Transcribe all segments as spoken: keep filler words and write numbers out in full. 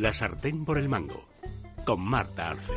La sartén por el mango, con Marta Arce.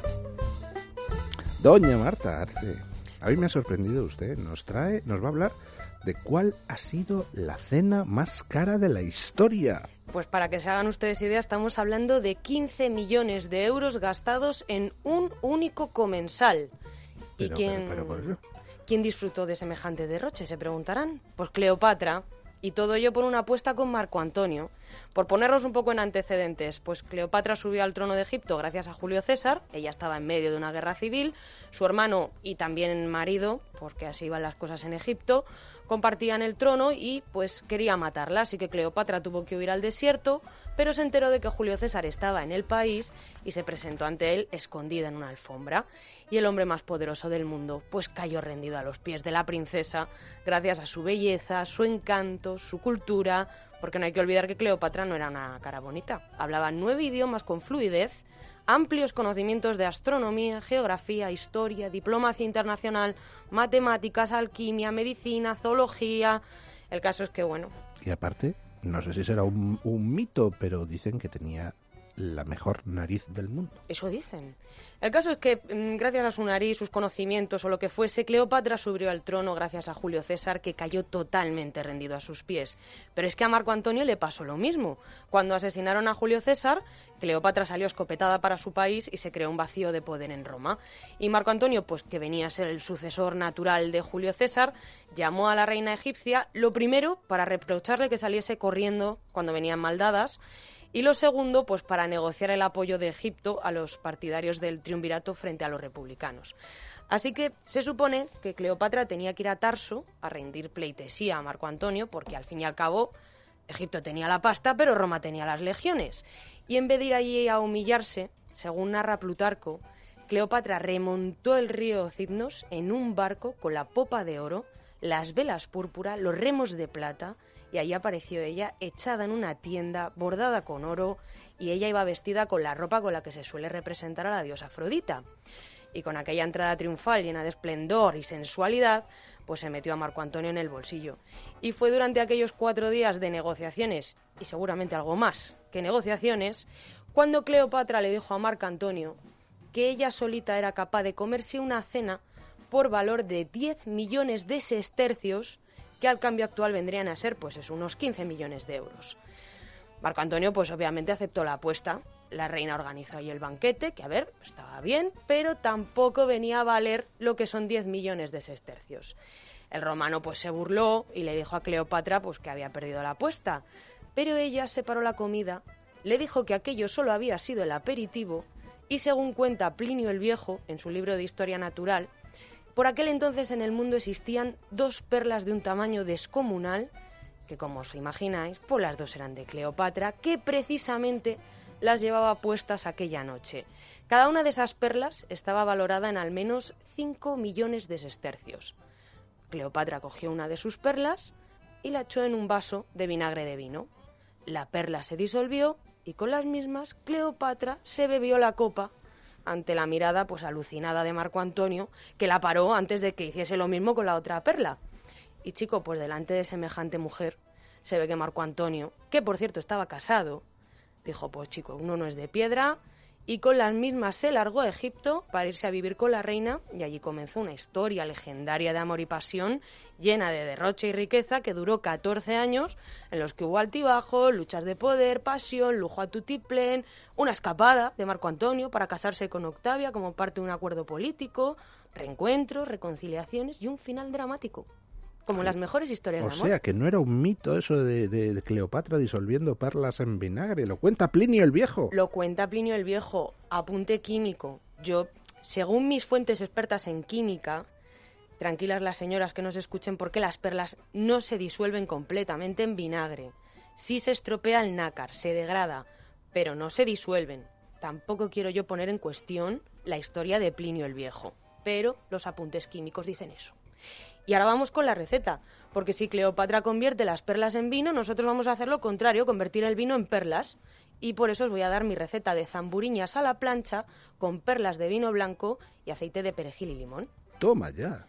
Doña Marta Arce, a mí me ha sorprendido usted. Nos trae, nos va a hablar de cuál ha sido la cena más cara de la historia. Pues para que se hagan ustedes idea, estamos hablando de quince millones de euros gastados en un único comensal. Pero, ¿Y quién, pero, pero, pero, quién disfrutó de semejante derroche, se preguntarán? Pues Cleopatra. Y todo ello por una apuesta con Marco Antonio. Por ponernos un poco en antecedentes, pues Cleopatra subió al trono de Egipto gracias a Julio César. Ella estaba en medio de una guerra civil. Su hermano y también marido, porque así iban las cosas en Egipto, compartían el trono y pues quería matarla. Así que Cleopatra tuvo que huir al desierto, pero se enteró de que Julio César estaba en el país y se presentó ante él escondida en una alfombra. Y el hombre más poderoso del mundo pues cayó rendido a los pies de la princesa gracias a su belleza, su encanto, su cultura, porque no hay que olvidar que Cleopatra no era una cara bonita. Hablaba nueve idiomas con fluidez, amplios conocimientos de astronomía, geografía, historia, diplomacia internacional, matemáticas, alquimia, medicina, zoología. El caso es que, bueno... Y aparte, no sé si será un, un mito, pero dicen que tenía la mejor nariz del mundo. Eso dicen. El caso es que, gracias a su nariz, sus conocimientos o lo que fuese, Cleopatra subió al trono gracias a Julio César, que cayó totalmente rendido a sus pies. Pero es que a Marco Antonio le pasó lo mismo. Cuando asesinaron a Julio César, Cleopatra salió escopetada para su país y se creó un vacío de poder en Roma. Y Marco Antonio, pues que venía a ser el sucesor natural de Julio César, llamó a la reina egipcia, lo primero, para reprocharle que saliese corriendo cuando venían maldadas, y lo segundo, pues para negociar el apoyo de Egipto a los partidarios del triunvirato frente a los republicanos. Así que se supone que Cleopatra tenía que ir a Tarso a rendir pleitesía a Marco Antonio, porque al fin y al cabo Egipto tenía la pasta, pero Roma tenía las legiones. Y en vez de ir allí a humillarse, según narra Plutarco, Cleopatra remontó el río Cipnos en un barco con la popa de oro, las velas púrpura, los remos de plata, y ahí apareció ella echada en una tienda bordada con oro, y ella iba vestida con la ropa con la que se suele representar a la diosa Afrodita. Y con aquella entrada triunfal llena de esplendor y sensualidad, pues se metió a Marco Antonio en el bolsillo. Y fue durante aquellos cuatro días de negociaciones, y seguramente algo más que negociaciones, cuando Cleopatra le dijo a Marco Antonio que ella solita era capaz de comerse una cena por valor de diez millones de sestercios, que al cambio actual vendrían a ser pues es unos quince millones de euros. Marco Antonio pues obviamente aceptó la apuesta. La reina organizó ahí el banquete, que a ver, estaba bien, pero tampoco venía a valer lo que son diez millones de sestercios. El romano pues se burló y le dijo a Cleopatra pues que había perdido la apuesta, pero ella separó la comida, le dijo que aquello solo había sido el aperitivo y, según cuenta Plinio el Viejo en su libro de Historia Natural, por aquel entonces en el mundo existían dos perlas de un tamaño descomunal, que como os imagináis, pues las dos eran de Cleopatra, que precisamente las llevaba puestas aquella noche. Cada una de esas perlas estaba valorada en al menos cinco millones de sestercios. Cleopatra cogió una de sus perlas y la echó en un vaso de vinagre de vino. La perla se disolvió y con las mismas Cleopatra se bebió la copa, ante la mirada pues alucinada de Marco Antonio, que la paró antes de que hiciese lo mismo con la otra perla. Y chico, pues delante de semejante mujer, se ve que Marco Antonio, que por cierto estaba casado, dijo, pues chico, uno no es de piedra, y con las mismas se largó a Egipto para irse a vivir con la reina, y allí comenzó una historia legendaria de amor y pasión, llena de derroche y riqueza, que duró catorce años, en los que hubo altibajos, luchas de poder, pasión, lujo a tutiplén, una escapada de Marco Antonio para casarse con Octavia como parte de un acuerdo político, reencuentros, reconciliaciones y un final dramático. Como en las mejores historias o de amor. O sea, que no era un mito eso de, de, de Cleopatra disolviendo perlas en vinagre. Lo cuenta Plinio el Viejo. Lo cuenta Plinio el Viejo. Apunte químico. Yo, según mis fuentes expertas en química, tranquilas las señoras que nos escuchen, porque las perlas no se disuelven completamente en vinagre. Sí se estropea el nácar, se degrada, pero no se disuelven. Tampoco quiero yo poner en cuestión la historia de Plinio el Viejo, pero los apuntes químicos dicen eso. Y ahora vamos con la receta, porque si Cleopatra convierte las perlas en vino, nosotros vamos a hacer lo contrario, convertir el vino en perlas. Y por eso os voy a dar mi receta de zamburiñas a la plancha con perlas de vino blanco y aceite de perejil y limón. Toma ya.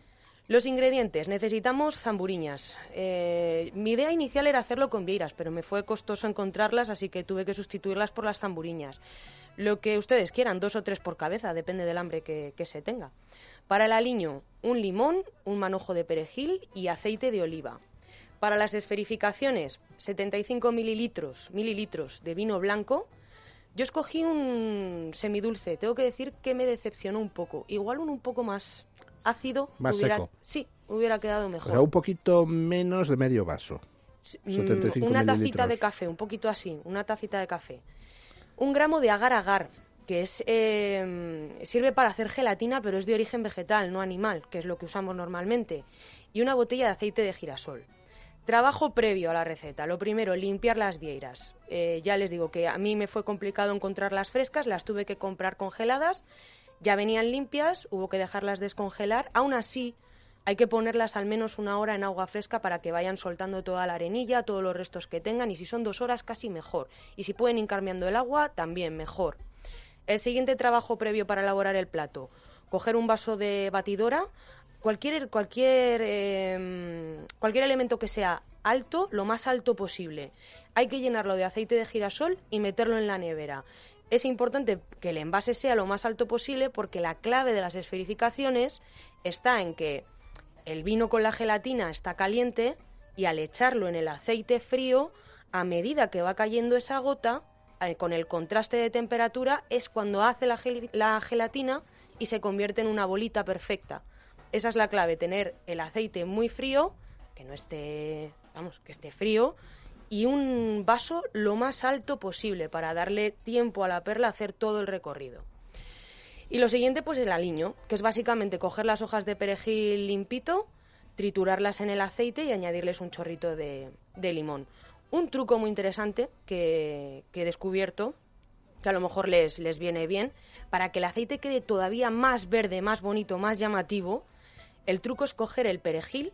Los ingredientes. Necesitamos zamburiñas. Eh, mi idea inicial era hacerlo con vieiras, pero me fue costoso encontrarlas, así que tuve que sustituirlas por las zamburiñas. Lo que ustedes quieran, dos o tres por cabeza, depende del hambre que, que se tenga. Para el aliño, un limón, un manojo de perejil y aceite de oliva. Para las esferificaciones, setenta y cinco mililitros, mililitros de vino blanco. Yo escogí un semidulce. Tengo que decir que me decepcionó un poco. Igual un un poco más ácido. Más hubiera, seco. Sí, hubiera quedado mejor. O sea, un poquito menos de medio vaso. setenta y cinco una tacita mililitros. de café, un poquito así, una tacita de café. Un gramo de agar-agar, que es eh, sirve para hacer gelatina, pero es de origen vegetal, no animal, que es lo que usamos normalmente. Y una botella de aceite de girasol. Trabajo previo a la receta. Lo primero, limpiar las vieiras. Eh, ya les digo que a mí me fue complicado encontrarlas frescas, las tuve que comprar congeladas. Ya venían limpias, hubo que dejarlas descongelar. Aún así, hay que ponerlas al menos una hora en agua fresca para que vayan soltando toda la arenilla, todos los restos que tengan. Y si son dos horas, casi mejor. Y si pueden ir cambiando el agua, también mejor. El siguiente trabajo previo para elaborar el plato. Coger un vaso de batidora. Cualquier, cualquier, eh, cualquier elemento que sea alto, lo más alto posible. Hay que llenarlo de aceite de girasol y meterlo en la nevera. Es importante que el envase sea lo más alto posible porque la clave de las esferificaciones está en que el vino con la gelatina está caliente y al echarlo en el aceite frío, a medida que va cayendo esa gota, eh, con el contraste de temperatura, es cuando hace la, gel- la gelatina y se convierte en una bolita perfecta. Esa es la clave, tener el aceite muy frío, que no esté, vamos, que esté frío, y un vaso lo más alto posible para darle tiempo a la perla a hacer todo el recorrido. Y lo siguiente, pues el aliño, que es básicamente coger las hojas de perejil limpito, triturarlas en el aceite y añadirles un chorrito de, de limón. Un truco muy interesante que, que he descubierto, que a lo mejor les, les viene bien, para que el aceite quede todavía más verde, más bonito, más llamativo. El truco es coger el perejil,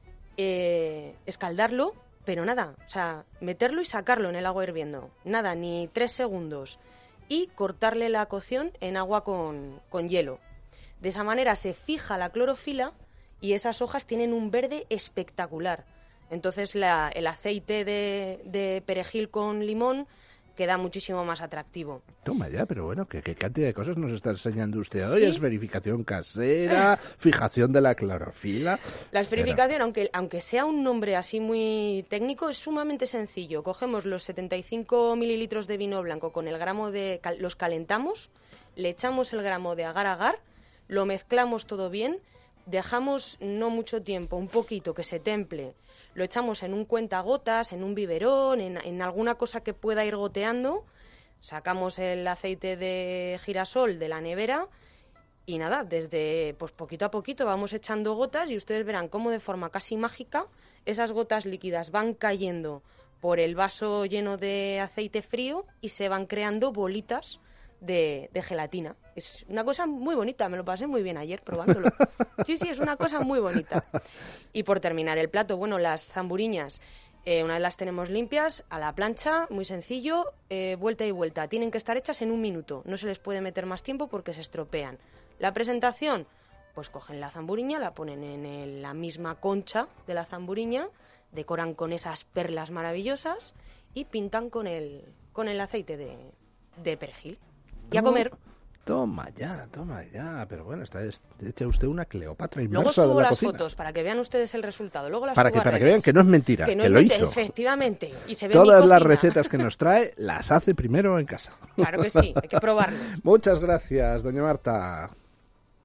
eh, escaldarlo, pero nada, o sea, meterlo y sacarlo en el agua hirviendo. Nada, ni tres segundos. Y cortarle la cocción en agua con, con hielo. De esa manera se fija la clorofila y esas hojas tienen un verde espectacular. Entonces la, el aceite de, de perejil con limón queda muchísimo más atractivo. Toma ya, pero bueno, ¿qué, qué cantidad de cosas nos está enseñando usted hoy? ¿Sí? Es verificación casera, fijación de la clorofila. La esferificación, Pero... aunque, aunque sea un nombre así muy técnico, es sumamente sencillo. Cogemos los setenta y cinco mililitros de vino blanco con el gramo de... los calentamos, le echamos el gramo de agar-agar, lo mezclamos todo bien, dejamos no mucho tiempo, un poquito que se temple, lo echamos en un cuentagotas, en un biberón, en, en alguna cosa que pueda ir goteando, sacamos el aceite de girasol de la nevera y nada, desde pues poquito a poquito vamos echando gotas y ustedes verán cómo de forma casi mágica esas gotas líquidas van cayendo por el vaso lleno de aceite frío y se van creando bolitas de, de gelatina. Es una cosa muy bonita, me lo pasé muy bien ayer probándolo. Sí, sí, es una cosa muy bonita. Y por terminar el plato, bueno, las zamburiñas, eh, una vez las tenemos limpias, a la plancha, muy sencillo, eh, vuelta y vuelta. Tienen que estar hechas en un minuto, no se les puede meter más tiempo porque se estropean. La presentación, pues cogen la zamburiña, la ponen en el, la misma concha de la zamburiña, decoran con esas perlas maravillosas y pintan con el, con el aceite de, de perejil. Y a comer. Toma ya, toma ya. Pero bueno, está hecha usted una Cleopatra inmersa Luego subo de la las cocina. fotos para que vean ustedes el resultado. Luego las Para subo que a para que redes. vean que no es mentira, que, que, no que es lo mentira, hizo. Efectivamente. Y se ve Todas mi las cocina. recetas que nos trae las hace primero en casa. Claro que sí, hay que probarlo. Muchas gracias, doña Marta.